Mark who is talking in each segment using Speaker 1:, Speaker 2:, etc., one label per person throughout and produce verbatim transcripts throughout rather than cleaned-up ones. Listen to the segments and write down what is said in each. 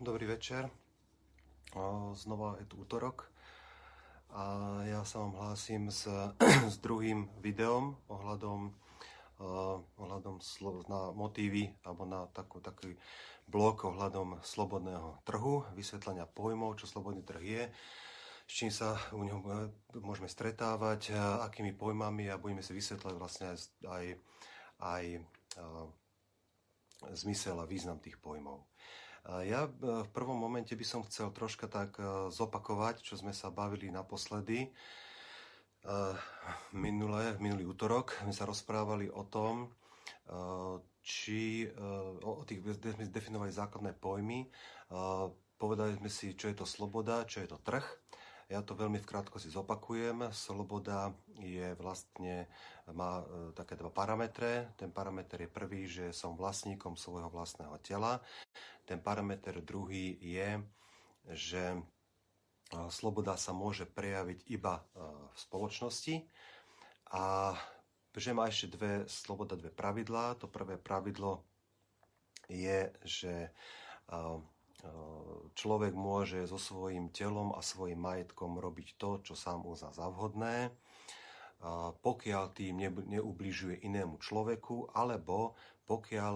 Speaker 1: dobrý večer. Znova je tu útorok a ja sa vám hlásim s, s druhým videom ohľadom, uh, ohľadom slo- na motívy alebo na takú, taký blok ohľadom slobodného trhu, vysvetlenia pojmov, čo slobodný trh je, s čím sa u ňom môžeme stretávať, akými pojmami a budeme si vysvetľať vlastne aj, aj uh, zmysel a význam tých pojmov. Ja v prvom momente by som chcel troška tak zopakovať, čo sme sa bavili naposledy. Minulé, minulý útorok sme sa rozprávali o tom, či o tých sme definovali základné pojmy. Povedali sme si, čo je to sloboda, čo je to trh. Ja to veľmi v krátkosti zopakujem. Sloboda je vlastne, má také dva parametre. Ten parameter je prvý, že som vlastníkom svojho vlastného tela. Ten parameter druhý je, že sloboda sa môže prejaviť iba v spoločnosti a že má ešte dve sloboda, dve pravidlá. To prvé pravidlo je, že človek môže so svojím telom a svojim majetkom robiť to, čo sám uzná za vhodné, pokiaľ tým neubližuje inému človeku, alebo pokiaľ,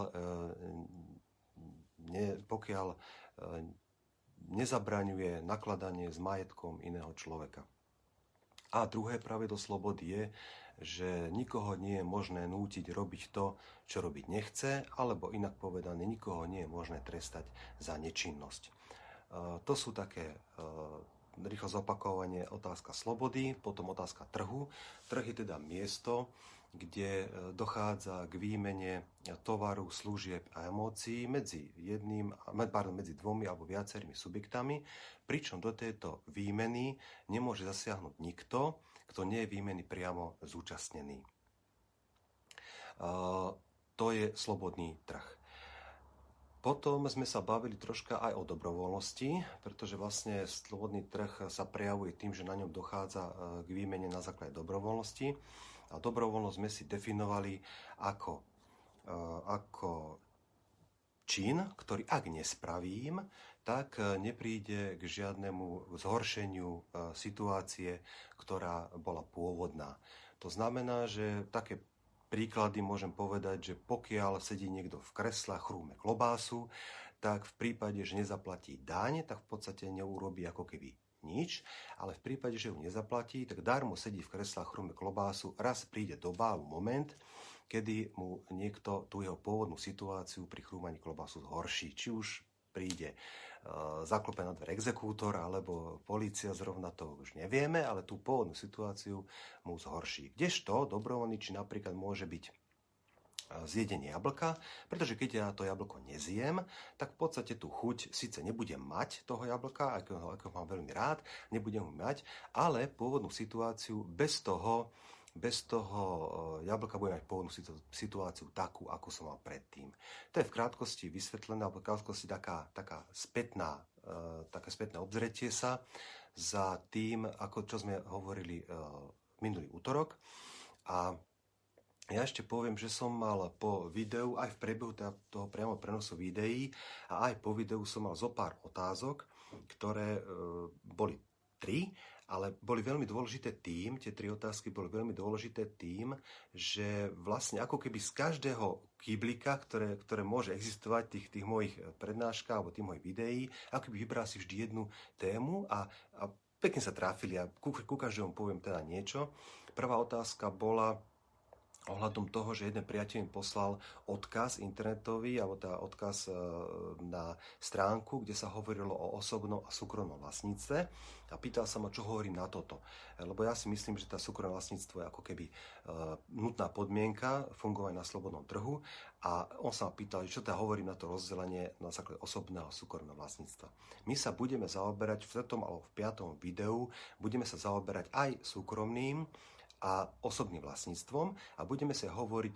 Speaker 1: ne, pokiaľ nezabraňuje nakladanie s majetkom iného človeka. A druhé pravidlo slobody je, že nikoho nie je možné nútiť robiť to, čo robiť nechce, alebo inak povedané, nikoho nie je možné trestať za nečinnosť. To sú také rýchlo zopakovanie, otázka slobody, potom otázka trhu. Trh je teda miesto, kde dochádza k výmene tovaru, služieb a emócií medzi jedným, pardon, medzi dvomi alebo viacerými subjektami, pričom do tejto výmeny nemôže zasiahnuť nikto, kto nie je výmeny priamo zúčastnený. To je slobodný trh. Potom sme sa bavili troška aj o dobrovoľnosti, pretože vlastne slobodný trh sa prejavuje tým, že na ňom dochádza k výmene na základe dobrovoľnosti. A dobrovoľnosť sme si definovali ako, ako čin, ktorý ak nespravím, tak nepríde k žiadnemu zhoršeniu situácie, ktorá bola pôvodná. To znamená, že také príklady môžem povedať, že pokiaľ sedí niekto v kresle a chrúme klobásu, tak v prípade, že nezaplatí daň, tak v podstate neurobí ako keby nič, ale v prípade, že ju nezaplatí, tak darmo sedí v kresle a chrúme klobásu, raz príde doba alebo moment, kedy mu niekto tú jeho pôvodnú situáciu pri chrúmaní klobásu zhorší. Či už príde uh, zaklope na dvere exekútor, alebo polícia, zrovna to už nevieme, ale tú pôvodnú situáciu mu zhorší. Kdežto dobrovoľný či napríklad môže byť zjedenie jablka, pretože keď ja to jablko nezjem, tak v podstate tú chuť síce nebudem mať toho jablka, ako ho mám veľmi rád, nebudem ho mať, ale pôvodnú situáciu bez toho, bez toho jablka budem mať pôvodnú situáciu takú, ako som mal predtým. To je v krátkosti vysvetlené, alebo v krátkosti taká, taká spätná, také spätné obzretie sa za tým, ako čo sme hovorili minulý útorok. A ja ešte poviem, že som mal po videu, aj v priebehu toho priamo prenosu videí a aj po videu som mal zo pár otázok, ktoré e, boli tri, ale boli veľmi dôležité tým, tie tri otázky boli veľmi dôležité tým, že vlastne ako keby z každého kyblika, ktoré, ktoré môže existovať, tých, tých mojich prednáškach alebo tých mojich videí, ako keby vybral si vždy jednu tému a, a pekne sa tráfili a ku, ku každému poviem teda niečo. Prvá otázka bola ohľadom toho, že jeden priateľ mi poslal odkaz internetový, alebo teda odkaz na stránku, kde sa hovorilo o osobnom a súkromnom vlastníctve a pýtal sa ma, čo hovorím na toto. Lebo ja si myslím, že tá súkromné vlastníctvo je ako keby nutná podmienka fungovania na slobodnom trhu a on sa ma pýtal, čo teda hovorím na to rozdelenie na základe osobného a súkromného vlastníctva. My sa budeme zaoberať v štvrtom alebo v piatom videu, budeme sa zaoberať aj súkromným a osobným vlastníctvom a budeme sa hovoriť,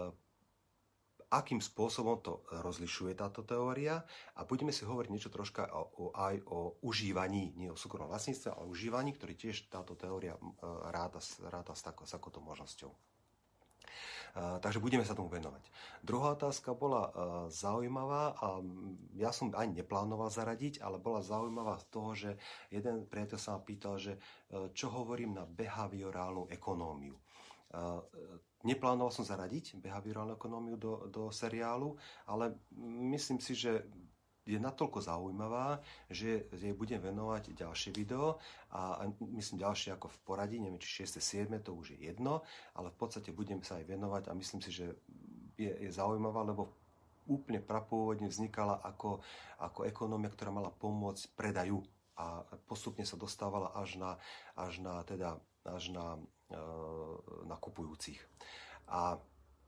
Speaker 1: akým spôsobom to rozlišuje táto teória a budeme si hovoriť niečo troška o, o, aj o užívaní, nie o súkromnom vlastníctve, ale o užívaní, ktorý tiež táto teória ráta, ráta s, takou, s takouto možnosťou. Takže budeme sa tomu venovať. Druhá otázka bola zaujímavá a ja som ani neplánoval zaradiť, ale bola zaujímavá z toho, že jeden priateľ sa ma pýtal, že čo hovorím na behaviorálnu ekonómiu. Neplánoval som zaradiť behaviorálnu ekonómiu do, do seriálu, ale myslím si, že je natoľko zaujímavá, že jej budem venovať ďalšie video a myslím ďalšie ako v poradí, neviem či šieste siedme to už je jedno, ale v podstate budem sa aj venovať a myslím si, že je, je zaujímavá, lebo úplne prapôvodne vznikala ako, ako ekonómia, ktorá mala pomôcť predaju a postupne sa dostávala až na, až na, teda, až na e, nakupujúcich. A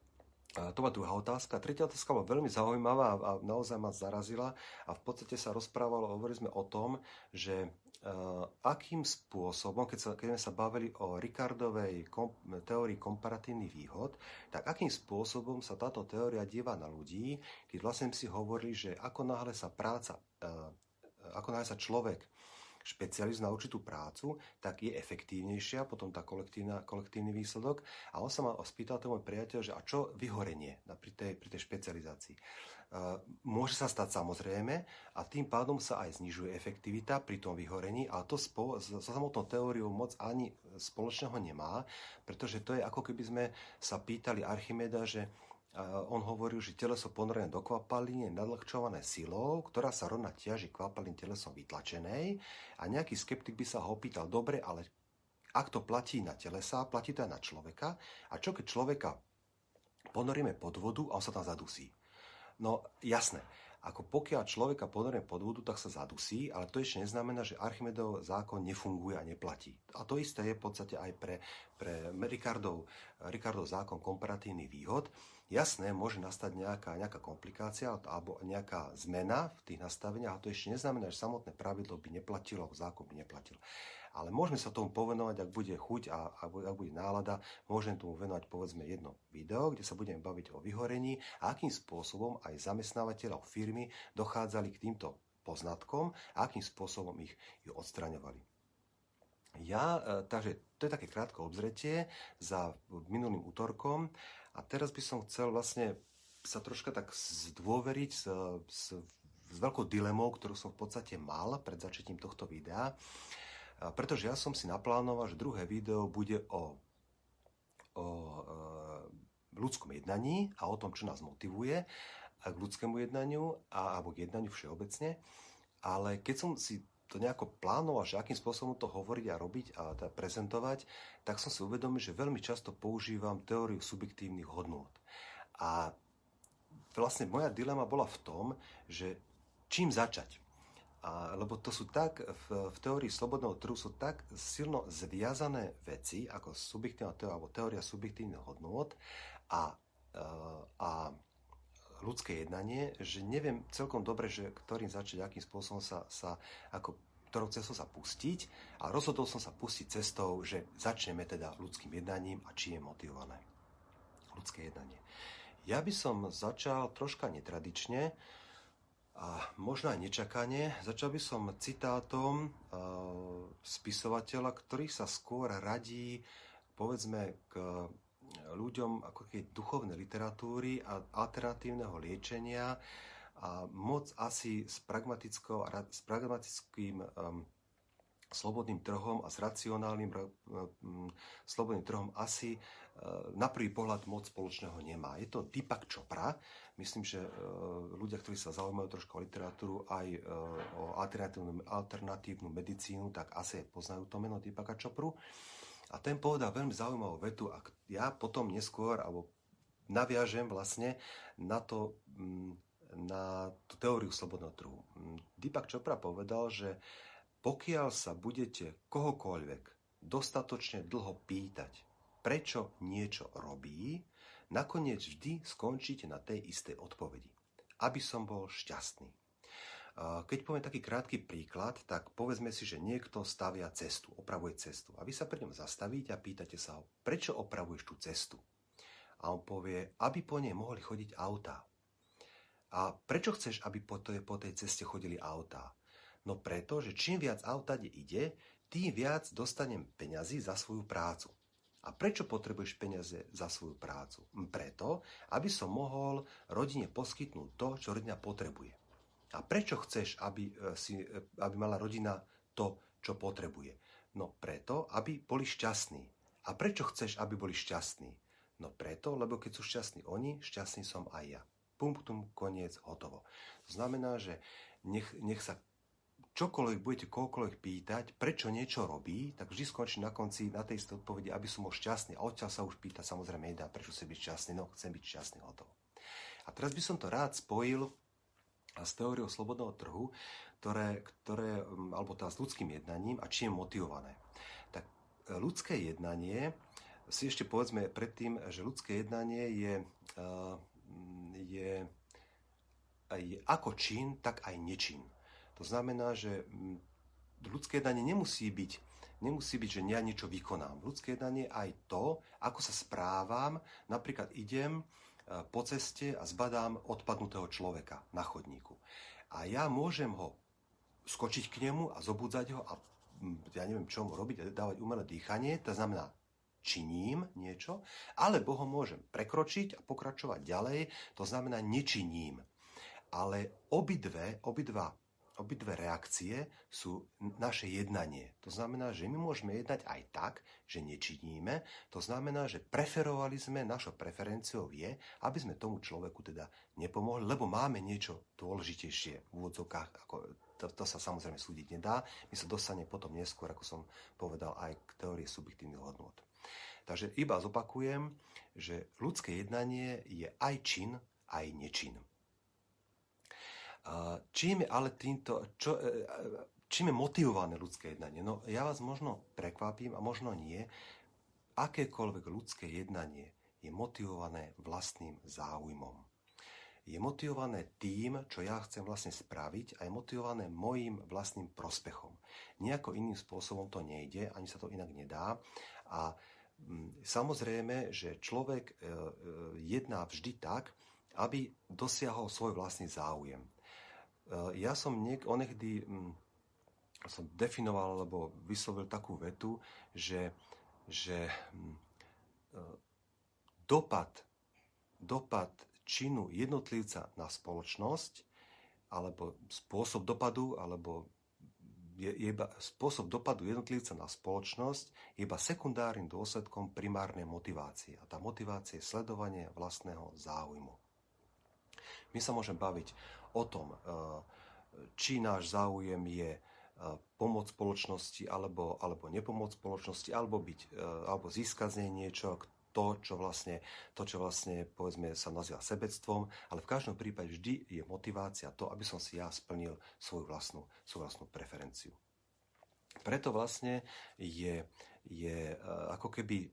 Speaker 1: to bola druhá otázka. Tretia otázka bola veľmi zaujímavá a naozaj ma zarazila a v podstate sa rozprávalo, hovorili sme o tom, že uh, akým spôsobom, keď, sa, keď sme sa bavili o Ricardovej kom, teórii komparatívnych výhod, tak akým spôsobom sa táto teória díva na ľudí, keď vlastne si hovorili, že ako náhle sa práca, uh, ako náhle sa človek špecializuje na určitú prácu, tak je efektívnejšia potom tá kolektívny výsledok. A on sa ma spýtal, ten môj priateľ, že a čo vyhorenie pri tej, pri tej špecializácii. Uh, môže sa stať samozrejme a tým pádom sa aj znižuje efektivita pri tom vyhorení, ale to spo, so samotnou teóriou moc ani spoločného nemá, pretože to je ako keby sme sa pýtali Archimeda, že Uh, on hovoril, že teleso ponorené do kvapaliny je nadľahčované silou, ktorá sa rovná ťaži kvapalín telesom vytlačenej a nejaký skeptik by sa ho opýtal, dobre, ale ak to platí na telesa, platí to aj na človeka a čo keď človeka ponorieme pod vodu a on sa tam zadusí? No jasné, ako pokiaľ človeka ponorieme pod vodu, tak sa zadusí, ale to ešte neznamená, že Archimedov zákon nefunguje a neplatí. A to isté je v podstate aj pre, pre Ricardov, Ricardov zákon komparatívnych výhod. Jasné, môže nastať nejaká, nejaká komplikácia alebo nejaká zmena v tých nastaveniach, a to ešte neznamená, že samotné pravidlo by neplatilo, zákon by neplatil. Ale môžeme sa tomu povenovať, ak bude chuť a ak bude nálada, môžem tomu venovať povedzme jedno video, kde sa budeme baviť o vyhorení a akým spôsobom aj zamestnávateľov firmy dochádzali k týmto poznatkom a akým spôsobom ich, ich odstraňovali. Ja, takže to je také krátke obzretie za minulým útorkom a teraz by som chcel vlastne sa troška tak zdôveriť s, s, s veľkou dilemou, ktorú som v podstate mal pred začatím tohto videa, pretože ja som si naplánoval, že druhé video bude o, o e, ľudskom jednaní a o tom, čo nás motivuje k ľudskému jednaniu a, alebo k jednaniu všeobecne, ale keď som si to nejako plánoval, že akým spôsobom to hovoriť a robiť a teda prezentovať, tak som si uvedomil, že veľmi často používam teóriu subjektívnych hodnôt. A vlastne moja dilema bola v tom, že čím začať. A, lebo to sú tak, v, v teórii slobodného trhu sú tak silno zviazané veci, ako subjektívna teória, alebo teória subjektívnych hodnôt a, a ľudské jednanie, že neviem celkom dobre, že ktorým začať, akým spôsobom sa, sa ako ktorou cestou sa pustiť a rozhodol som sa pustiť cestou, že začneme teda ľudským jednaním a či je motivované ľudské jednanie. Ja by som začal troška netradične a možno aj nečakane. Začal by som citátom uh, spisovateľa, ktorý sa skôr radí, povedzme, k ľuďom ako keď duchovnej literatúry a alternatívneho liečenia a moc asi s, s pragmatickým um, slobodným trhom a s racionálnym um, slobodným trhom asi uh, na prvý pohľad moc spoločného nemá. Je to Deepak Chopra. Myslím, že uh, ľudia, ktorí sa zaujímajú trošku o literatúru aj uh, o alternatívnu, alternatívnu medicínu, tak asi poznajú to meno Deepaka Chopru. A ten povedal veľmi zaujímavú vetu a ja potom neskôr alebo naviažem vlastne na, to, na tú teóriu slobodného trhu. Deepak Chopra povedal, že pokiaľ sa budete kohokoľvek dostatočne dlho pýtať, prečo niečo robí, nakoniec vždy skončíte na tej istej odpovedi. Aby som bol šťastný. Keď poviem taký krátky príklad, tak povedzme si, že niekto stavia cestu, opravuje cestu. A vy sa pri ňom zastavíte a pýtate sa ho, prečo opravuješ tú cestu? A on povie, aby po nej mohli chodiť autá. A prečo chceš, aby po tej, po tej ceste chodili autá? No preto, že čím viac autá ide, tým viac dostanem peňazí za svoju prácu. A prečo potrebuješ peniaze za svoju prácu? Preto, aby som mohol rodine poskytnúť to, čo rodina potrebuje. A prečo chceš, aby, si, aby mala rodina to, čo potrebuje? No preto, aby boli šťastní. A prečo chceš, aby boli šťastní? No preto, lebo keď sú šťastní oni, šťastný som aj ja. Punktum, koniec, hotovo. To znamená, že nech, nech sa čokoľvek budete koľkoľvek pýtať, prečo niečo robí, tak vždy skončí na konci, na tej istej odpovedi, aby som bol šťastný. A odtiaľ sa už pýta samozrejme jedná, prečo chce byť šťastný, no chcem byť šťastný, hotovo. A teraz by som to rád spojil s teóriou slobodného trhu, ktoré, ktoré, alebo teda s ľudským jednaním a čím je motivované. Tak ľudské jednanie, si ešte povedzme predtým, že ľudské jednanie je, je, je ako čin, tak aj nečin. To znamená, že ľudské jednanie nemusí byť, nemusí byť, že ja niečo vykonám. Ľudské jednanie je aj to, ako sa správam. Napríklad idem po ceste a zbadám odpadnutého človeka na chodníku. A ja môžem ho skočiť k nemu a zobudzať ho a ja neviem, čo mu robiť, dávať umelé dýchanie, to znamená, činím niečo, alebo ho môžem prekročiť a pokračovať ďalej, to znamená, nečiním. Ale obidve, obidva Obidve reakcie sú naše jednanie. To znamená, že my môžeme jednať aj tak, že nečiníme. To znamená, že preferovali sme, našou preferenciou je, aby sme tomu človeku teda nepomohli, lebo máme niečo dôležitejšie v úvodzovkách. Ako, to, to sa samozrejme súdiť nedá. My sa dostane potom neskôr, ako som povedal, aj k teórii subjektívnych hodnôt. Takže iba zopakujem, že ľudské jednanie je aj čin, aj nečin. Čím je ale týmto, čo, čím je motivované ľudské jednanie? No ja vás možno prekvapím a možno nie. Akékoľvek ľudské jednanie je motivované vlastným záujmom. Je motivované tým, čo ja chcem vlastne spraviť a je motivované mojím vlastným prospechom. Nejako iným spôsobom to nejde, ani sa to inak nedá. A samozrejme, že človek jedná vždy tak, aby dosiahol svoj vlastný záujem. Ja som niek- onehdy hm, som definoval alebo vyslovil takú vetu, že, že hm, dopad, dopad činu jednotlivca na spoločnosť alebo spôsob dopadu alebo je, je iba, spôsob dopadu jednotlivca na spoločnosť je iba sekundárnym dôsledkom primárnej motivácie. A tá motivácia je sledovanie vlastného záujmu. My sa môžeme baviť o tom, či náš záujem je pomôcť spoločnosti alebo, alebo nepomôcť spoločnosti, alebo, byť, alebo získať z nej niečo, to, čo vlastne, to, čo vlastne povedzme, sa nazýva sebectvom, ale v každom prípade vždy je motivácia to, aby som si ja splnil svoju vlastnú, svoju vlastnú preferenciu. Preto vlastne je, je ako keby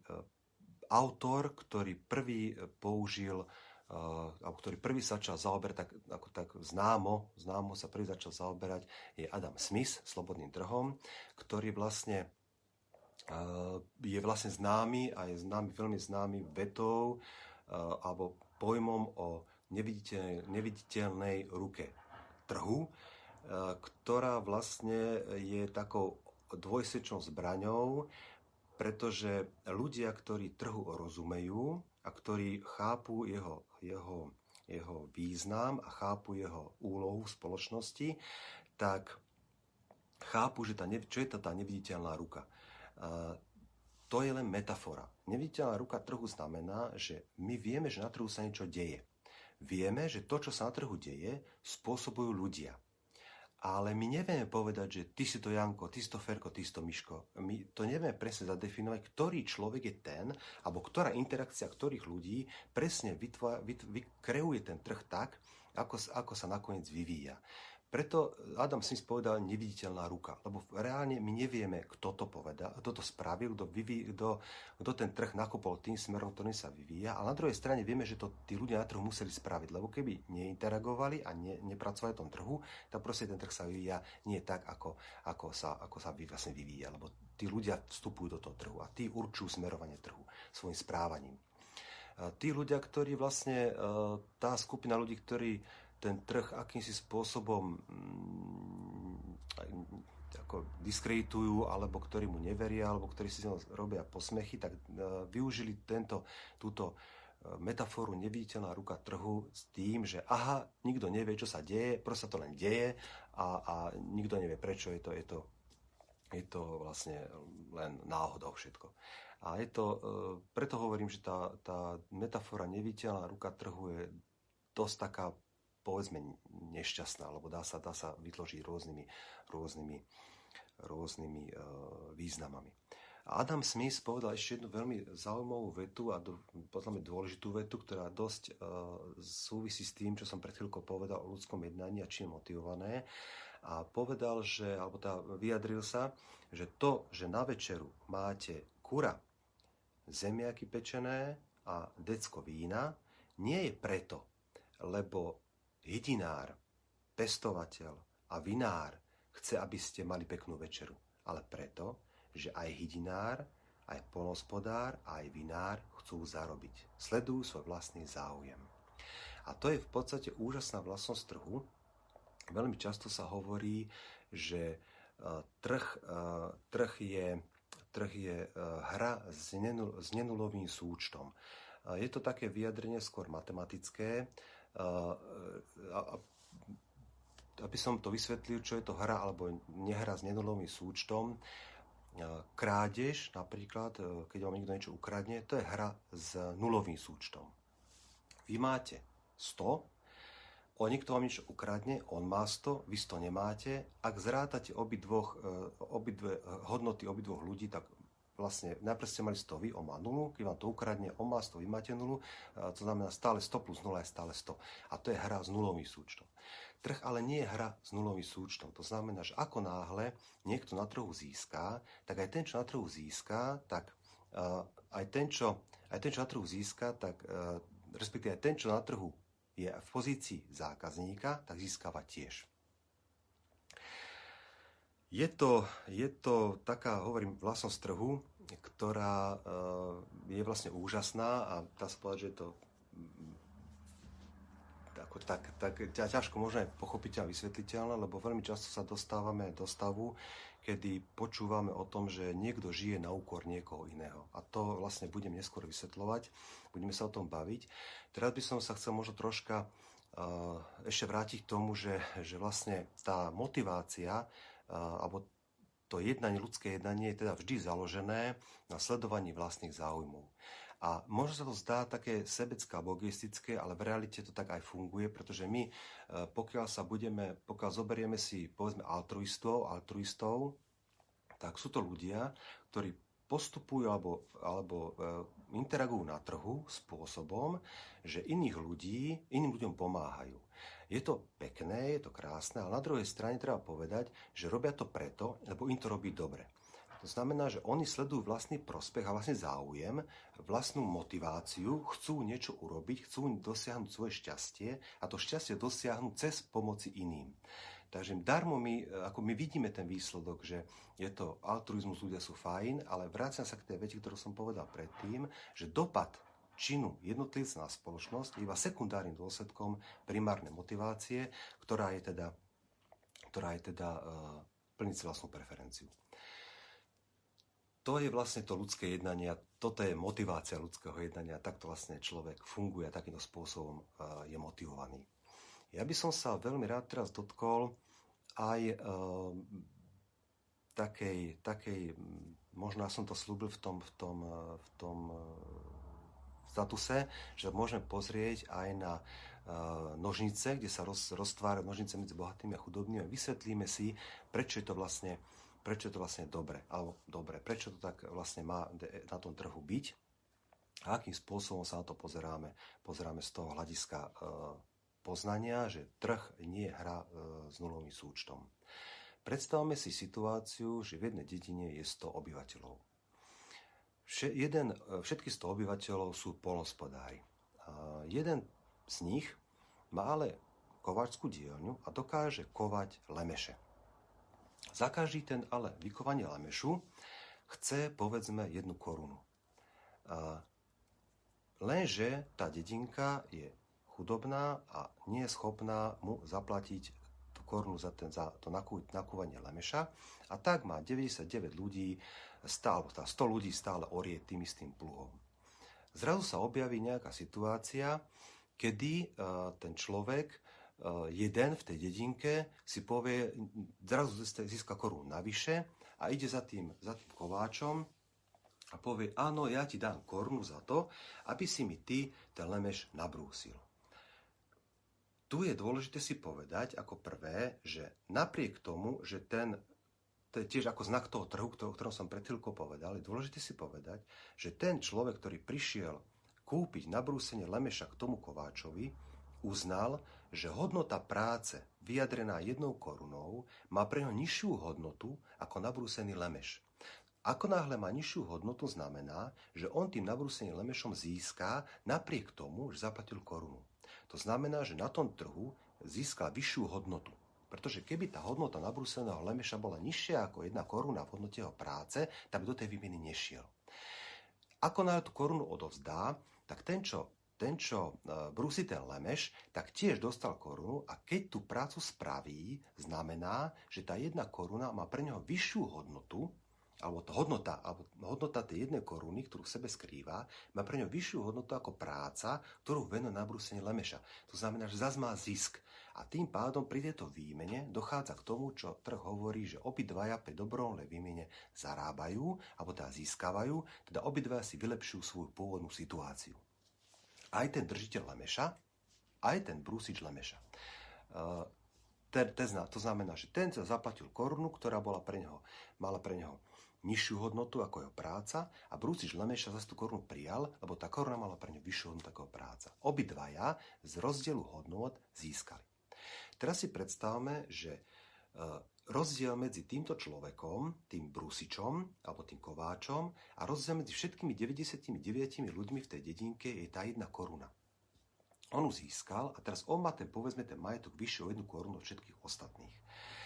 Speaker 1: autor, ktorý prvý použil Uh, alebo ktorý prvý sa začal zaoberať, tak, ako tak známo, známo sa prvý začal zaoberať, je Adam Smith, slobodným trhom, ktorý vlastne uh, je vlastne známy a je známy, veľmi známy vetou uh, alebo pojmom o neviditeľnej, neviditeľnej ruke trhu, uh, ktorá vlastne je takou dvojsečnou zbraňou, pretože ľudia, ktorí trhu rozumejú a ktorí chápu jeho, jeho, jeho význam a chápu jeho úlohu v spoločnosti, tak chápu, že tá, čo je to tá neviditeľná ruka. A to je len metafora. Neviditeľná ruka trhu znamená, že my vieme, že na trhu sa niečo deje. Vieme, že to, čo sa na trhu deje, spôsobujú ľudia. Ale my nevieme povedať, že ty si to Janko, ty si to Ferko, ty si to Miško. My to nevieme presne zadefinovať, ktorý človek je ten, alebo ktorá interakcia ktorých ľudí presne vytva, vyt, vykreuje ten trh tak, ako, ako sa nakoniec vyvíja. Preto Adam Smith povedal neviditeľná ruka, lebo reálne my nevieme, kto to povedal, kto to spravil, kto, vyví, kto, kto ten trh nakopol tým smerom, ktorým sa vyvíja. A na druhej strane vieme, že to tí ľudia na trhu museli spraviť, lebo keby neinteragovali a ne, nepracovali v tom trhu, tak proste ten trh sa vyvíja nie tak, ako, ako, sa, ako sa vlastne vyvíja, lebo tí ľudia vstupujú do toho trhu a tí určujú smerovanie trhu svojim správaním. A tí ľudia, ktorí vlastne, tá skupina ľudí, ktorí ten trh akýmsi spôsobom, ako diskreditujú, alebo ktorí mu neveria, alebo ktorí si z neho robia posmechy, tak využili tento, túto metaforu neviditeľná ruka trhu s tým, že aha, nikto nevie, čo sa deje, proste sa to len deje a, a nikto nevie, prečo je to, je to, je to vlastne len náhodou všetko. A je to, preto hovorím, že tá, tá metafora neviditeľná ruka trhu je dosť taká, povedzme, nešťastná, lebo dá sa, dá sa vytložiť rôznymi, rôznymi, rôznymi uh, významami. A Adam Smith povedal ešte jednu veľmi zaujímavú vetu a do, podľa mňa dôležitú vetu, ktorá dosť uh, súvisí s tým, čo som pred chvíľkou povedal o ľudskom jednaní a čím je motivované. A povedal, že, alebo tá, vyjadril sa, že to, že na večeru máte kura, zemiaky pečené a decko vína, nie je preto, lebo hydinár, pestovateľ a vinár chce, aby ste mali peknú večeru, ale preto, že aj hydinár, aj poľnohospodár, aj vinár chcú zarobiť. Sledujú svoj vlastný záujem. A to je v podstate úžasná vlastnosť trhu. Veľmi často sa hovorí, že trh, trh je, trh je hra s, nenul, s nenulovým súčtom. Je to také vyjadrenie skôr matematické. Aby som to vysvetlil, čo je to hra alebo nehra s nenulovým súčtom, krádež napríklad, keď vám niekto niečo ukradne, to je hra s nulovým súčtom. Vy máte sto, o niekto vám niečo ukradne, on má sto, vy sto nemáte. Ak zrátate obidvoch, obidve, hodnoty obidvoch ľudí, tak vlastne najprv ste mali sto, vy, on má nulu, keď vám to ukradne, on má sto, vy máte nulu, to znamená stále sto plus nula je stále sto. A to je hra s nulovým súčtom. Trh ale nie je hra s nulovým súčtom. To znamená, že ako náhle niekto na trhu získa, tak aj ten, čo na trhu získa, tak uh, aj, ten, čo, aj ten, čo na trhu získa, tak uh, respektíve aj ten, čo na trhu je v pozícii zákazníka, tak získava tiež. Je to, je to taká, hovorím, vlastnosť trhu, ktorá uh, je vlastne úžasná a dá sa povedať, že je to ako tak, tak ťažko možno aj pochopiteľné, vysvetliteľné, lebo veľmi často sa dostávame do stavu, kedy počúvame o tom, že niekto žije na úkor niekoho iného. A to vlastne budem neskôr vysvetľovať, budeme sa o tom baviť. Teraz by som sa chcel možno troška uh, ešte vrátiť k tomu, že, že vlastne tá motivácia uh, alebo to jednanie, ľudské jednanie je teda vždy založené na sledovaní vlastných záujmov. A možno sa to zdá také sebecké alebo egoistické, ale v realite to tak aj funguje, pretože my, pokiaľ sa budeme, pokiaľ zoberieme si, povedzme, altruistov, altruistov, tak sú to ľudia, ktorí postupujú alebo, alebo interagujú na trhu spôsobom, že iných ľudí, iným ľuďom pomáhajú. Je to pekné, je to krásne, ale na druhej strane treba povedať, že robia to preto, lebo im to robí dobre. To znamená, že oni sledujú vlastný prospech a vlastne záujem, vlastnú motiváciu, chcú niečo urobiť, chcú dosiahnuť svoje šťastie a to šťastie dosiahnuť cez pomoci iným. Takže darmo my, ako my vidíme ten výsledok, že je to altruizmus, ľudia sú fajn, ale vraciam sa k tej vete, ktorú som povedal predtým, že dopad činu jednotlivca na spoločnosť je iba sekundárnym dôsledkom primárnej motivácie, ktorá je teda, ktorá je teda uh, plniť vlastnú preferenciu. To je vlastne to ľudské jednanie, toto je motivácia ľudského jednania, takto vlastne človek funguje a takýmto spôsobom uh, je motivovaný. Ja by som sa veľmi rád teraz dotkol aj uh, takej, takej, možno ja som to slúbil v tom, v tom, v tom uh, statuse, že môžeme pozrieť aj na uh, nožnice, kde sa roz, roztvárajú nožnice medzi bohatými a chudobnými. Vysvetlíme si, prečo je to vlastne prečo je to vlastne dobre, alebo dobre, prečo to tak vlastne má na tom trhu byť a akým spôsobom sa na to pozeráme, pozeráme z toho hľadiska e, poznania, že trh nie je hra e, s nulovým súčtom. Predstavme si situáciu, že v jednej dedine je sto obyvateľov. Vše, jeden, všetky sto obyvateľov sú poľnohospodári. Jeden z nich má ale kováčskú dielňu a dokáže kovať lemeše. Za každý ten ale vykovanie lemešu chce, povedzme, jednu korunu. A lenže tá dedinka je chudobná a nie je schopná mu zaplatiť tú korunu za, ten, za to nakú, nakúvanie lemeša a tak má deväťdesiatdeväť ľudí, stále, sto ľudí stále orie tým istým pluhom. Zrazu sa objaví nejaká situácia, kedy uh, ten človek, uh, jeden v tej dedinke, si povie, zrazu získa korunu navyše a ide za tým, za tým kováčom a povie, áno, ja ti dám korunu za to, aby si mi ty ten lemeš nabrúsil. Tu je dôležité si povedať ako prvé, že napriek tomu, že ten, to je tiež ako znak toho trhu, o ktorom som pred chvíľkou povedal, je dôležité si povedať, že ten človek, ktorý prišiel kúpiť nabrúsenie lemeša k tomu kováčovi, uznal, že hodnota práce vyjadrená jednou korunou má pre ňo nižšiu hodnotu ako nabrúsený lemeš. Ako náhle má nižšiu hodnotu, znamená, že on tým nabrúseným lemešom získa napriek tomu, že zaplatil korunu. To znamená, že na tom trhu získa vyššiu hodnotu. Pretože keby tá hodnota nabrúseného lemeša bola nižšia ako jedna koruna v hodnote jeho práce, tak by do tej výmeny nešiel. Ako náhle tú korunu odovzdá, tak ten, čo, ten, čo brúsi ten lemeš, tak tiež dostal korunu a keď tú prácu spraví, znamená, že tá jedna koruna má pre neho vyššiu hodnotu, alebo to hodnota, alebo hodnota tej jednej koruny, ktorú v sebe skrýva, má pre ňo vyššiu hodnotu ako práca, ktorú venuje na brúsenie lemeša. To znamená, že zase má zisk. A tým pádom pri tejto výmene dochádza k tomu, čo trh hovorí, že obidvaja pri dobrovoľnej výmene zarábajú, alebo teda získavajú, teda obidvaja si vylepšujú svoju pôvodnú situáciu. Aj ten držiteľ lemeša, aj ten brúsič lemeša. To znamená, že ten zaplatil korunu, ktorá bola pre neho, mala pre neho nižšiu hodnotu ako jeho práca a brúsič lemeša zase tú korunu prijal, lebo tá koruna mala pre ňu vyššiu hodnotu ako jeho práca. Obidvaja z rozdielu hodnôt získali. Teraz si predstavme, že rozdiel medzi týmto človekom, tým brúsičom alebo tým kováčom a rozdiel medzi všetkými deväťdesiatdeväť ľuďmi v tej dedinke je tá jedna koruna. On ju získal a teraz on má ten, povedzme, ten majetok vyššie o jednu korunu od všetkých ostatných.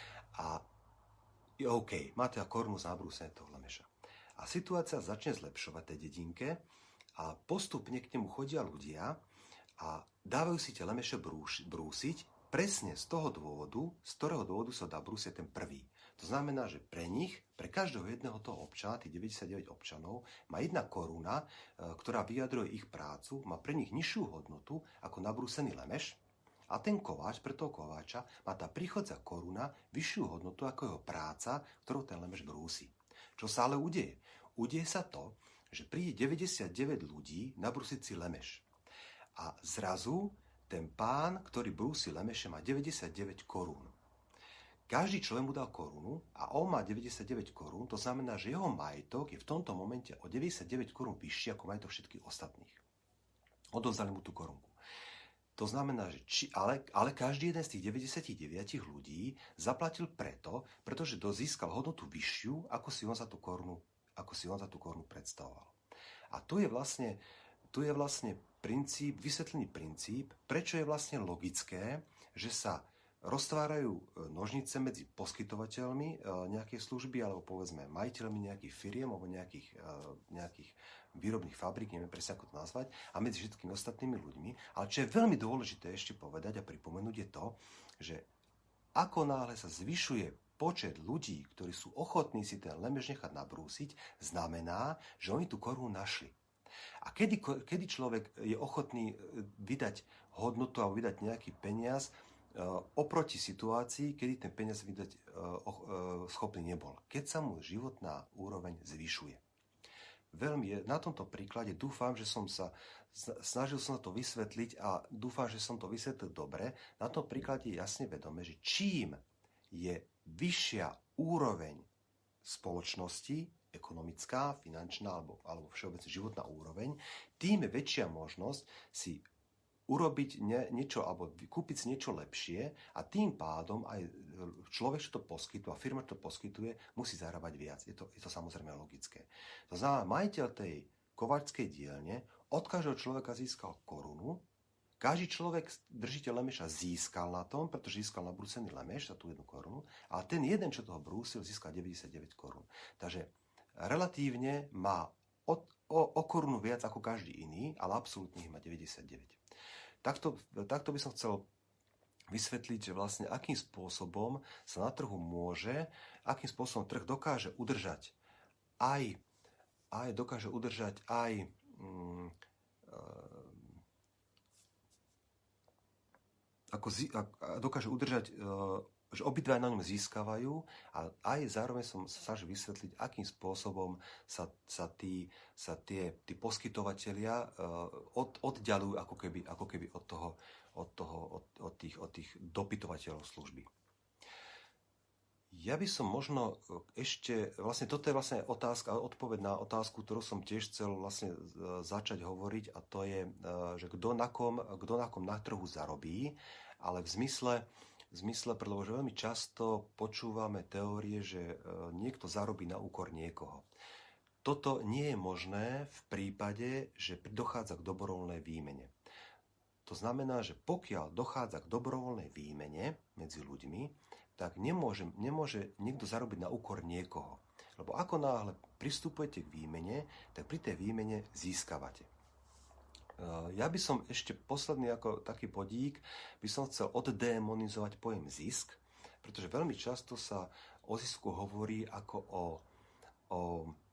Speaker 1: A je OK, má teda korunu za nabrúsenie toho lemeša. A situácia začne zlepšovať tej dedinke a postupne k nemu chodia ľudia a dávajú si tie lemeše brúš, brúsiť presne z toho dôvodu, z ktorého dôvodu sa dá brúsiť ten prvý. To znamená, že pre nich, pre každého jedného toho občana, tých deväťdesiatdeväť občanov, má jedna koruna, ktorá vyjadruje ich prácu, má pre nich nižšiu hodnotu ako nabrúsený lemeš a ten kováč, pre toho kováča, má tá príchodza koruna vyššiu hodnotu ako jeho práca, ktorou ten lemeš brúsi. Čo sa ale udeje? Udeje sa to, že príde deväťdesiatdeväť ľudí nabrúsiť si lemeš. A zrazu ten pán, ktorý brúsi lemeše, má deväťdesiatdeväť korún. Každý človek mu dal korunu a on má deväťdesiatdeväť korún, to znamená, že jeho majetok je v tomto momente o deväťdesiatdeväť korún vyšší ako majetok všetkých ostatných. Odovzdali mu tú korunku. To znamená, že či, ale, ale každý jeden z tých deväťdesiatdeväť ľudí zaplatil preto, pretože získal hodnotu vyššiu, ako si on za tú korunu, ako si on za tú korunu predstavoval. A tu je vlastne, tu je vlastne princíp, vysvetlený princíp, prečo je vlastne logické, že sa roztvárajú nožnice medzi poskytovateľmi nejakej služby alebo povedzme majiteľmi nejakých firiem alebo nejakých, nejakých výrobných fabrík, neviem presne ako to nazvať, a medzi všetkými ostatnými ľuďmi. Ale čo je veľmi dôležité ešte povedať a pripomenúť je to, že ako náhle sa zvyšuje počet ľudí, ktorí sú ochotní si ten lemeš nechať nabrúsiť, znamená, že oni tú korunu našli. A kedy, kedy človek je ochotný vydať hodnotu alebo vydať nejaký peniaz oproti situácii, kedy ten peniaz vydať schopný nebol. Keď sa mu životná úroveň zvyšuje. Veľmi na tomto príklade dúfam, že som sa snažil som to vysvetliť a dúfam, že som to vysvetlil dobre. Na tom príklade je jasne vedomé, že čím je vyššia úroveň spoločnosti, ekonomická, finančná alebo, alebo všeobecne životná úroveň, tým je väčšia možnosť si urobiť nie, niečo alebo kúpiť si niečo lepšie a tým pádom aj človek, čo to poskytuje, a firma, čo to poskytuje, musí zarábať viac. Je to, je to samozrejme logické. To znamená, majiteľ tej kováčskej dielne od každého človeka získal korunu, každý človek, držiteľ lemeša, získal na tom, pretože získal nabrúsený lemeš za tú jednu korunu, ale ten jeden, čo toho brúsil, získal deväťdesiatdeväť korún. Takže relatívne má o, o, o korunu viac ako každý iný, ale absolútne ich má deväťdesiatdeväť. Takto, takto by som chcel vysvetliť, že vlastne akým spôsobom sa na trhu môže, akým spôsobom trh dokáže udržať aj, aj dokáže udržať aj mm, ako zi, dokáže udržať, že obidva na ňom získavajú a aj zároveň som sa snažil vysvetliť, akým spôsobom sa, sa, tí, sa tie, tí poskytovatelia od, oddialujú ako keby, ako keby od toho, od, toho od, od, tých, od tých dopytovateľov služby. Ja by som možno ešte, vlastne toto je vlastne otázka, odpoveď na otázku, ktorú som tiež chcel vlastne začať hovoriť, a to je, že kto na kom, kto na kom na trhu zarobí, ale v zmysle, v zmysle, pretože veľmi často počúvame teórie, že niekto zarobí na úkor niekoho. Toto nie je možné v prípade, že dochádza k dobrovoľnej výmene. To znamená, že pokiaľ dochádza k dobrovoľnej výmene medzi ľuďmi, tak nemôže, nemôže niekto zarobiť na úkor niekoho. Lebo ako náhle pristupujete k výmene, tak pri tej výmene získavate. Ja by som ešte posledný ako taký bodík, by som chcel oddemonizovať pojem zisk, pretože veľmi často sa o zisku hovorí ako o, o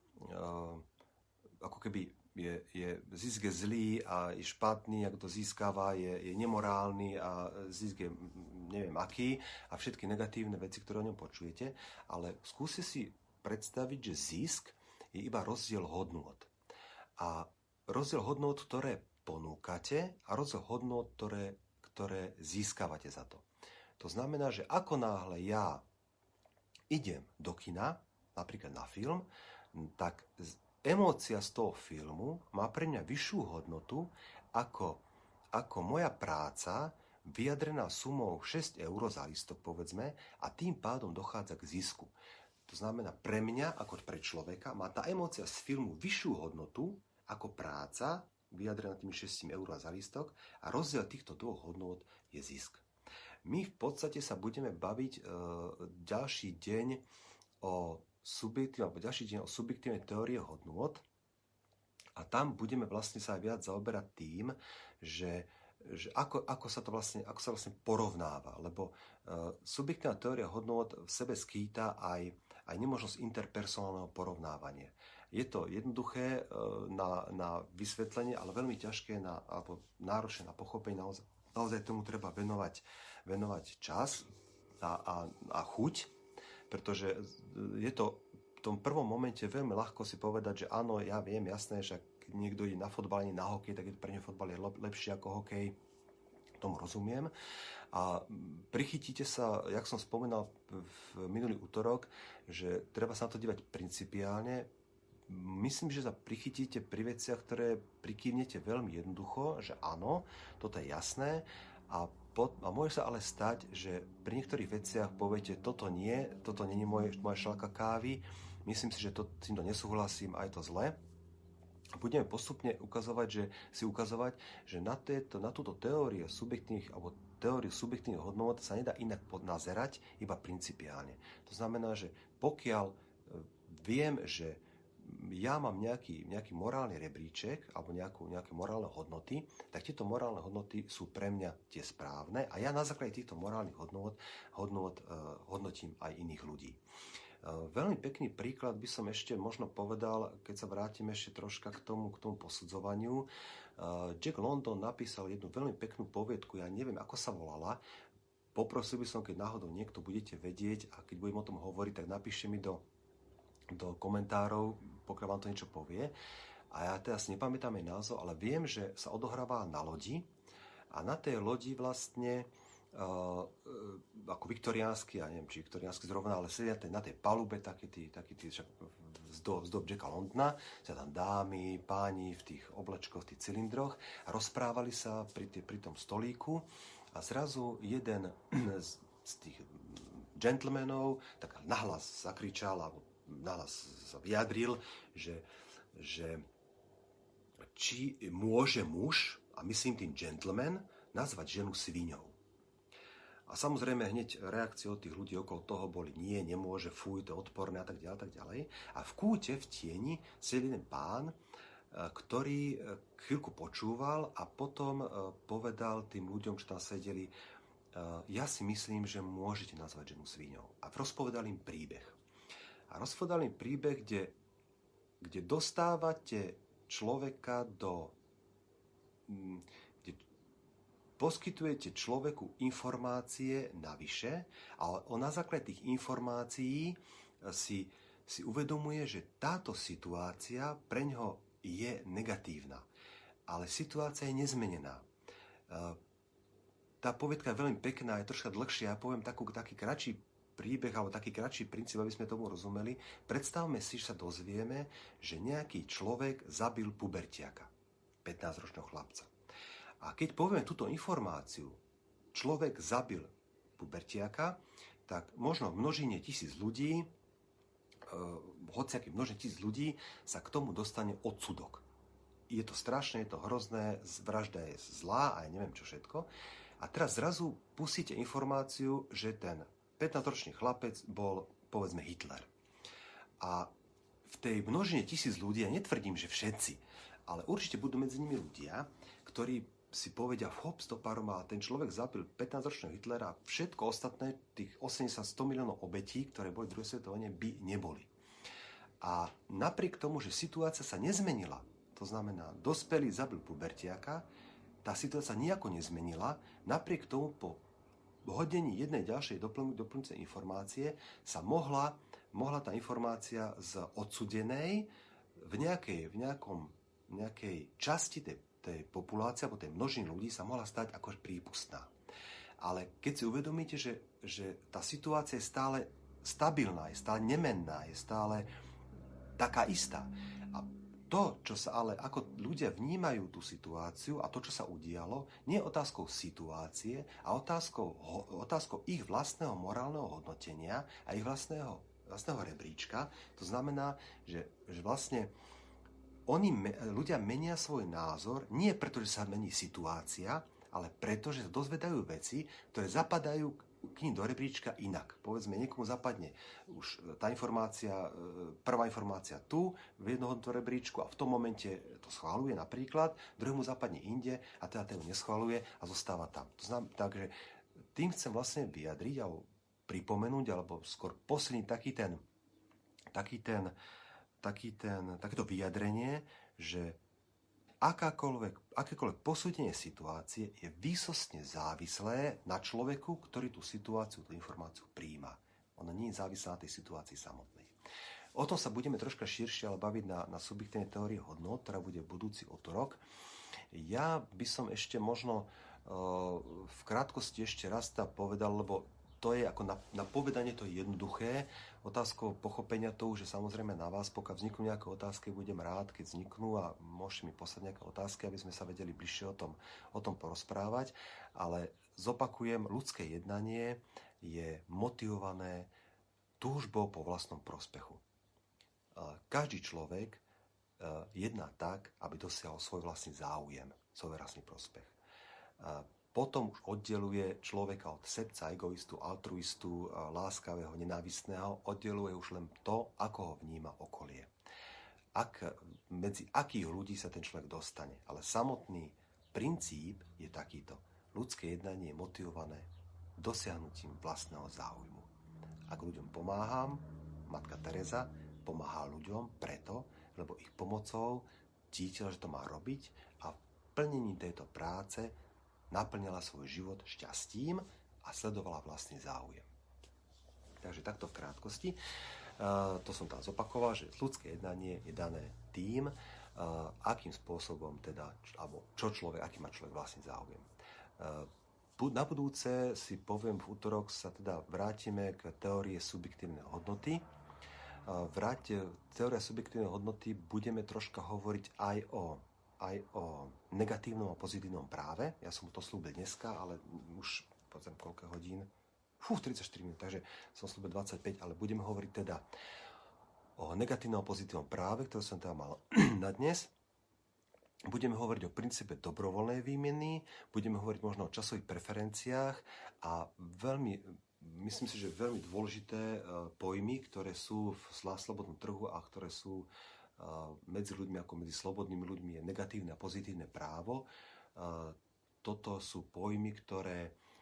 Speaker 1: ako keby je, je zisk je zlý a je špatný, ak to získava, je, je nemorálny a zisk je neviem aký a všetky negatívne veci, ktoré o ňom počujete, ale skúste si predstaviť, že zisk je iba rozdiel hodnôt. A rozdiel hodnôt, ktoré ponúkate a rozdiel hodnôt, ktoré, ktoré získavate za to. To znamená, že ako náhle ja idem do kina, napríklad na film, tak emócia z toho filmu má pre mňa vyššiu hodnotu ako, ako moja práca vyjadrená sumou šesť eur za lístok, povedzme, a tým pádom dochádza k zisku. To znamená, pre mňa, ako pre človeka, má tá emócia z filmu vyššiu hodnotu ako práca vyjadrená tými šesť eur za lístok a rozdiel týchto dvoch hodnôt je zisk. My v podstate sa budeme baviť e, ďalší deň o subjektívne, alebo ďalší deň o subjektívnej teórie hodnôt a tam budeme vlastne sa aj viac zaoberať tým, že, že ako, ako, sa to vlastne, ako sa vlastne porovnáva, lebo uh, subjektívna teória hodnôt v sebe skýta aj, aj nemožnosť interpersonálneho porovnávania. Je to jednoduché uh, na, na vysvetlenie, ale veľmi ťažké na, alebo náročné na pochopenie. Naozaj, naozaj tomu treba venovať, venovať čas a, a, a chuť, pretože je to v tom prvom momente veľmi ľahko si povedať, že áno, ja viem, jasné, že keď niekto ide na fotbal, nie na hokej, tak je pre ňa fotbal je lepší ako hokej, tomu rozumiem. A prichytíte sa, jak som spomenal v minulý útorok, že treba sa na to dívať principiálne. Myslím, že sa prichytíte pri veciach, ktoré prikývnete veľmi jednoducho, že áno, toto je jasné, a A môže sa ale stať, že pri niektorých veciach poviete, toto nie, toto nie je moje, moja šálka kávy, myslím si, že to, s týmto nesúhlasím, aj to zle. A budeme postupne ukazovať, že, si ukazovať, že na, této, na túto teóriu subjektívnych alebo teóriu subjektívnych hodnôt sa nedá inak podnazerať, iba principiálne. To znamená, že pokiaľ viem, že ja mám nejaký, nejaký morálny rebríček alebo nejakú, nejaké morálne hodnoty, tak tieto morálne hodnoty sú pre mňa tie správne a ja na základe týchto morálnych hodnôt, hodnôt uh, hodnotím aj iných ľudí. Uh, veľmi pekný príklad by som ešte možno povedal, keď sa vrátim ešte troška k tomu, k tomu posudzovaniu. Uh, Jack London napísal jednu veľmi peknú poviedku, ja neviem, ako sa volala. Poprosil by som, keď náhodou niekto budete vedieť a keď budem o tom hovoriť, tak napíšte mi do do komentárov, pokiaľ vám to niečo povie. A ja teraz nepamätám jej názov, ale viem, že sa odohráva na lodi a na tej lodi vlastne uh, ako viktoriánsky, ja neviem, či viktoriánsky zrovna, ale sedia na tej palube takí tí, takí tí zdob, zdob Jacka Londona, sa tam dámy, páni v tých oblečkoch, v tých cylindroch a rozprávali sa pri, tý, pri tom stolíku a zrazu jeden z, z tých gentlemanov tak nahlas zakričal alebo nahlas sa vyjadril, že, že či môže muž, a myslím tým gentleman, nazvať ženu sviňou. A samozrejme hneď reakcie od tých ľudí okolo toho boli nie, nemôže, fuj, to je odporné a tak ďalej, tak ďalej. A v kúte, v tieni, sedel jeden pán, ktorý chvíľku počúval a potom povedal tým ľuďom, čo tam sedeli, ja si myslím, že môžete nazvať ženu sviňou. A rozpovedal im príbeh. A rozpovedal im príbeh, kde, kde dostávate človeka do... kde poskytujete človeku informácie navyše, ale on na základe tých informácií si, si uvedomuje, že táto situácia pre ňoho je negatívna. Ale situácia je nezmenená. Tá poviedka je veľmi pekná, je troška dlhšia. Ja poviem takú, taký kratší príbeh alebo taký kratší princíp, aby sme tomu rozumeli. Predstavme si, že sa dozvieme, že nejaký človek zabil pubertiaka, pätnásťročného chlapca. A keď povieme túto informáciu, človek zabil pubertiaka, tak možno v množine tisíc ľudí, uh, hociaký množine tisíc ľudí sa k tomu dostane odsudok. Je to strašné, je to hrozné, vražda je zlá a ja neviem čo všetko. A teraz zrazu pustíte informáciu, že ten pätnásťročný chlapec bol, povedzme, Hitler. A v tej množine tisíc ľudí, ja netvrdím, že všetci, ale určite budú medzi nimi ľudia, ktorí si povedia, hop, stopárom, a ten človek zabil pätnásťročného Hitlera a všetko ostatné, tých osemdesiat až sto miliónov obetí, ktoré boli v druhej svetovej vojne, by neboli. A napriek tomu, že situácia sa nezmenila, to znamená, dospelý zabil pubertiaka, tá situácia nejako nezmenila, napriek tomu po hodení jednej ďalšej doplňujúcej informácie sa mohla, mohla tá informácia z odsudenej v nejakej, v nejakom, nejakej časti tej, tej populácie alebo tej množiny ľudí sa mohla stať ako prípustná. Ale keď si uvedomíte, že, že tá situácia je stále stabilná, je stále nemenná, je stále taká istá. A to, čo sa ale, ako ľudia vnímajú tú situáciu a to, čo sa udialo, nie je otázkou situácie a otázkou, otázkou ich vlastného morálneho hodnotenia a ich vlastného, vlastného rebríčka. To znamená, že, že vlastne oni, ľudia menia svoj názor nie preto, že sa mení situácia, ale preto, že sa dozvedajú veci, ktoré zapadajú k ním do rebríčka inak. Povedzme, niekomu zapadne už tá informácia, prvá informácia tu, v jednohodnotom rebríčku a v tom momente to schvaľuje napríklad, druhému zapadne inde a teda ten neschvaľuje a zostáva tam. To znamená, takže tým chcem vlastne vyjadriť alebo pripomenúť, alebo skôr posilniť taký ten, taký ten, taký ten, takéto vyjadrenie, že Akákoľvek, akékoľvek posúdenie situácie je výsostne závislé na človeku, ktorý tú situáciu, tú informáciu prijíma. Ona nie je závislá na tej situácii samotnej. O tom sa budeme troška širšie ale baviť na, na subjektívnej teórii hodnôt, ktorá bude budúci utorok. Ja by som ešte možno uh, v krátkosti ešte raz tá povedal, lebo to je ako na, na povedanie to je jednoduché. Otázkou pochopenia to už je samozrejme na vás. Pokiaľ vzniknú nejaké otázky, budem rád, keď vzniknú a môžete mi poslať nejaké otázky, aby sme sa vedeli bližšie o tom, o tom porozprávať. Ale zopakujem, ľudské jednanie je motivované túžbou po vlastnom prospechu. Každý človek jedná tak, aby dosiahol svoj vlastný záujem, svoj vlastný prospech. Potom už oddeluje človeka od sebca, egoistu, altruistu, láskavého, nenávistného, oddeluje už len to, ako ho vníma okolie. Ak, medzi akých ľudí sa ten človek dostane. Ale samotný princíp je takýto. Ľudské jednanie je motivované dosiahnutím vlastného záujmu. Ak ľuďom pomáham, matka Teresa pomáha ľuďom preto, lebo ich pomocou cítila, že to má robiť a v plnení tejto práce naplnila svoj život šťastím a sledovala vlastný záujem. Takže takto v krátkosti. Uh, to som tam zopakoval, že ľudské jednanie je dané tým, uh, akým spôsobom teda, alebo čo človek, aký má človek vlastný záujem. Uh, na budúce si poviem, v útorok sa teda vrátime k teórie subjektívnej hodnoty. Uh, vráť, teória subjektívnej hodnoty budeme troška hovoriť aj o aj o negatívnom a pozitívnom práve. Ja som mu to slúbil dneska, ale už povedzme koľko hodín. Fú, tridsaťštyri minút, takže som slúbil dvadsaťpäť, ale budeme hovoriť teda o negatívnom a pozitívnom práve, ktoré som teda mal na dnes. Budeme hovoriť o princípe dobrovoľnej výmeny, budeme hovoriť možno o časových preferenciách a veľmi, myslím si, že veľmi dôležité pojmy, ktoré sú v slobodnom trhu a ktoré sú medzi ľuďmi ako medzi slobodnými ľuďmi je negatívne a pozitívne právo. Toto sú pojmy, ktoré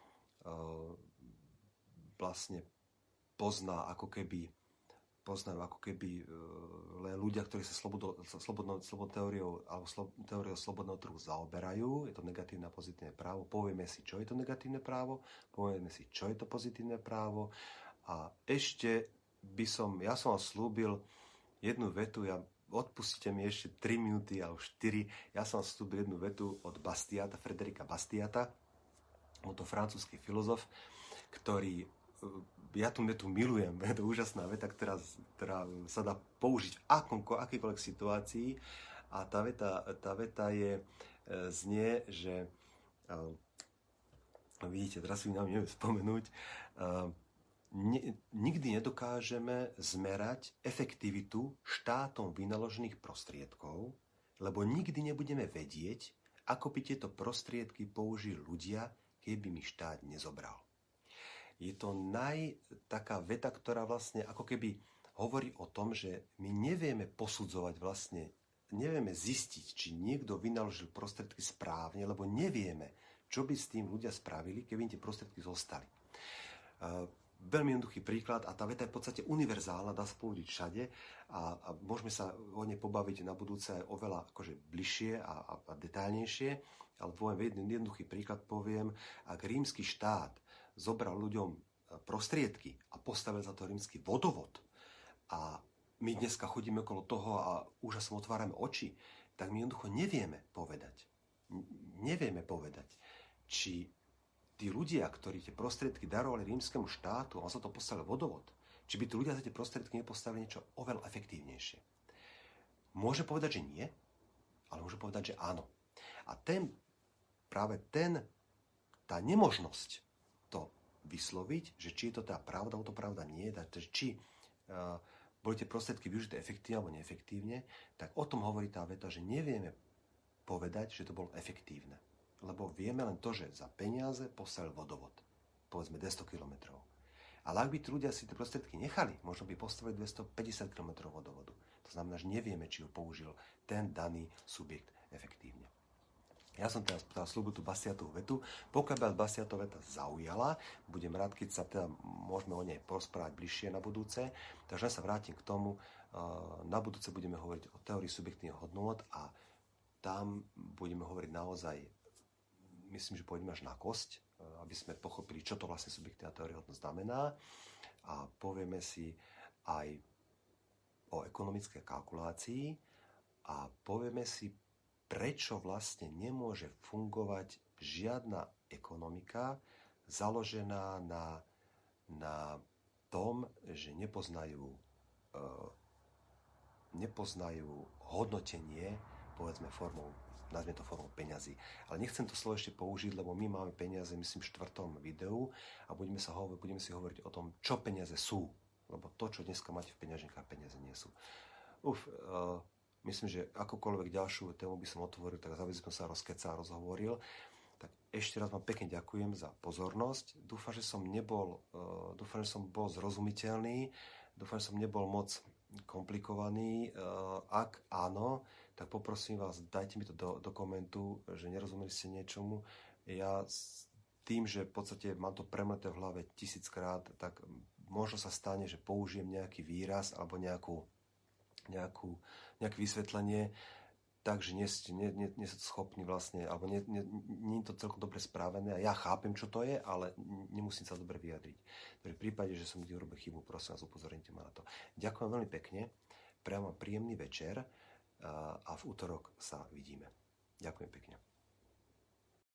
Speaker 1: vlastne pozná ako keby poznajú ako keby len ľudia, ktorí sa slobodnou, slobodnou, slobodnou teóriou alebo slo, teóriou slobodného trhu zaoberajú. Je to negatívne a pozitívne právo. Povieme si, čo je to negatívne právo, povieme si, čo je to pozitívne právo. A ešte by som, ja som vám slúbil jednu vetu, ja odpustite mi ešte tri minúty alebo štyri. Ja som vám slúbil jednu vetu od Bastiata, Frederika Bastiata. On to francúzsky filozof, ktorý ja tú vetu milujem, je to úžasná veta, ktorá, ktorá sa dá použiť v akom, akýkoľvek situácii a tá veta, tá veta je, znie, že vidíte, teraz si nám neviem spomenúť, ne, nikdy nedokážeme zmerať efektivitu štátom vynaložených prostriedkov, lebo nikdy nebudeme vedieť, ako by tieto prostriedky použili ľudia, keby mi štát nezobral. Je to naj, taká veta, ktorá vlastne ako keby hovorí o tom, že my nevieme posudzovať vlastne, nevieme zistiť, či niekto vynaložil prostriedky správne, lebo nevieme, čo by s tým ľudia spravili, keby im tie prostriedky zostali. Uh, veľmi jednoduchý príklad a tá veta je v podstate univerzálna, dá sa použiť všade a, a môžeme sa o nej pobaviť na budúce aj oveľa akože bližšie a, a, a detailnejšie, ale poviem jeden jednoduchý príklad, poviem, ak rímsky štát zobral ľuďom prostriedky a postavil za to rímsky vodovod a my dneska chodíme okolo toho a úžasom otvárame oči, tak my jednoducho nevieme povedať. Nevieme povedať, či tí ľudia, ktorí tie prostriedky darovali rímskemu štátu a on za to postavil vodovod, či by tí ľudia za tie prostriedky nepostavili niečo oveľa efektívnejšie. Môže povedať, že nie, ale môže povedať, že áno. A ten, práve ten, tá nemožnosť to vysloviť, že či je to tá pravda, alebo to pravda nie je, či uh, boli tie prostriedky využité efektívne alebo neefektívne, tak o tom hovorí tá veta, že nevieme povedať, že to bolo efektívne. Lebo vieme len to, že za peniaze postavil vodovod. Povedzme dvesto kilometrov. Ale ak by tí ľudia si tie prostriedky nechali, možno by postavili dvestopäťdesiat kilometrov vodovodu. To znamená, že nevieme, či ho použil ten daný subjekt efektívne. Ja som teraz slúbil tú Bastiatovú vetu. Pokiaľ by Bastiatova veta zaujala, budem rád, keď sa teda môžeme o nej porozprávať bližšie na budúce. Takže ja sa vrátim k tomu. Na budúce budeme hovoriť o teórii subjektívnych hodnôt a tam budeme hovoriť naozaj, myslím, že pôjdeme až na kosť, aby sme pochopili, čo to vlastne subjektívna teória hodnôt znamená. A povieme si aj o ekonomickej kalkulácii a povieme si, prečo vlastne nemôže fungovať žiadna ekonomika založená na, na tom, že nepoznajú, e, nepoznajú hodnotenie, povedzme formou, nazvime to formou peňazí. Ale nechcem to slovo ešte použiť, lebo my máme peniaze, myslím, v štvrtom videu a budeme, sa hovor, budeme si hovoriť o tom, čo peniaze sú. Lebo to, čo dneska máte v peňaženkách, peniaze nie sú. Uf, e, Myslím, že akokoľvek ďalšiu tému by som otvoril, tak aby som sa rozkecal a rozhovoril. Tak ešte raz vám pekne ďakujem za pozornosť. Dúfam, že som nebol, uh, dúfam, že som bol zrozumiteľný. Dúfam, že som nebol moc komplikovaný. Uh, ak áno, tak poprosím vás, dajte mi to do, do komentu, že nerozumeli ste niečomu. Ja s tým, že v podstate mám to premleté v hlave tisíckrát, tak možno sa stane, že použijem nejaký výraz alebo nejakú Nejakú, nejaké vysvetlenie, takže nie ste nie, nie, nie ste schopní vlastne, alebo nie, nie, nie je to celkom dobre správené a ja chápem, čo to je, ale nemusím sa dobre vyjadriť. V prípade, že som kde urobil chybu, prosím vás, upozornite ma na to. Ďakujem veľmi pekne, prajem vám príjemný večer a v útorok sa vidíme. Ďakujem pekne.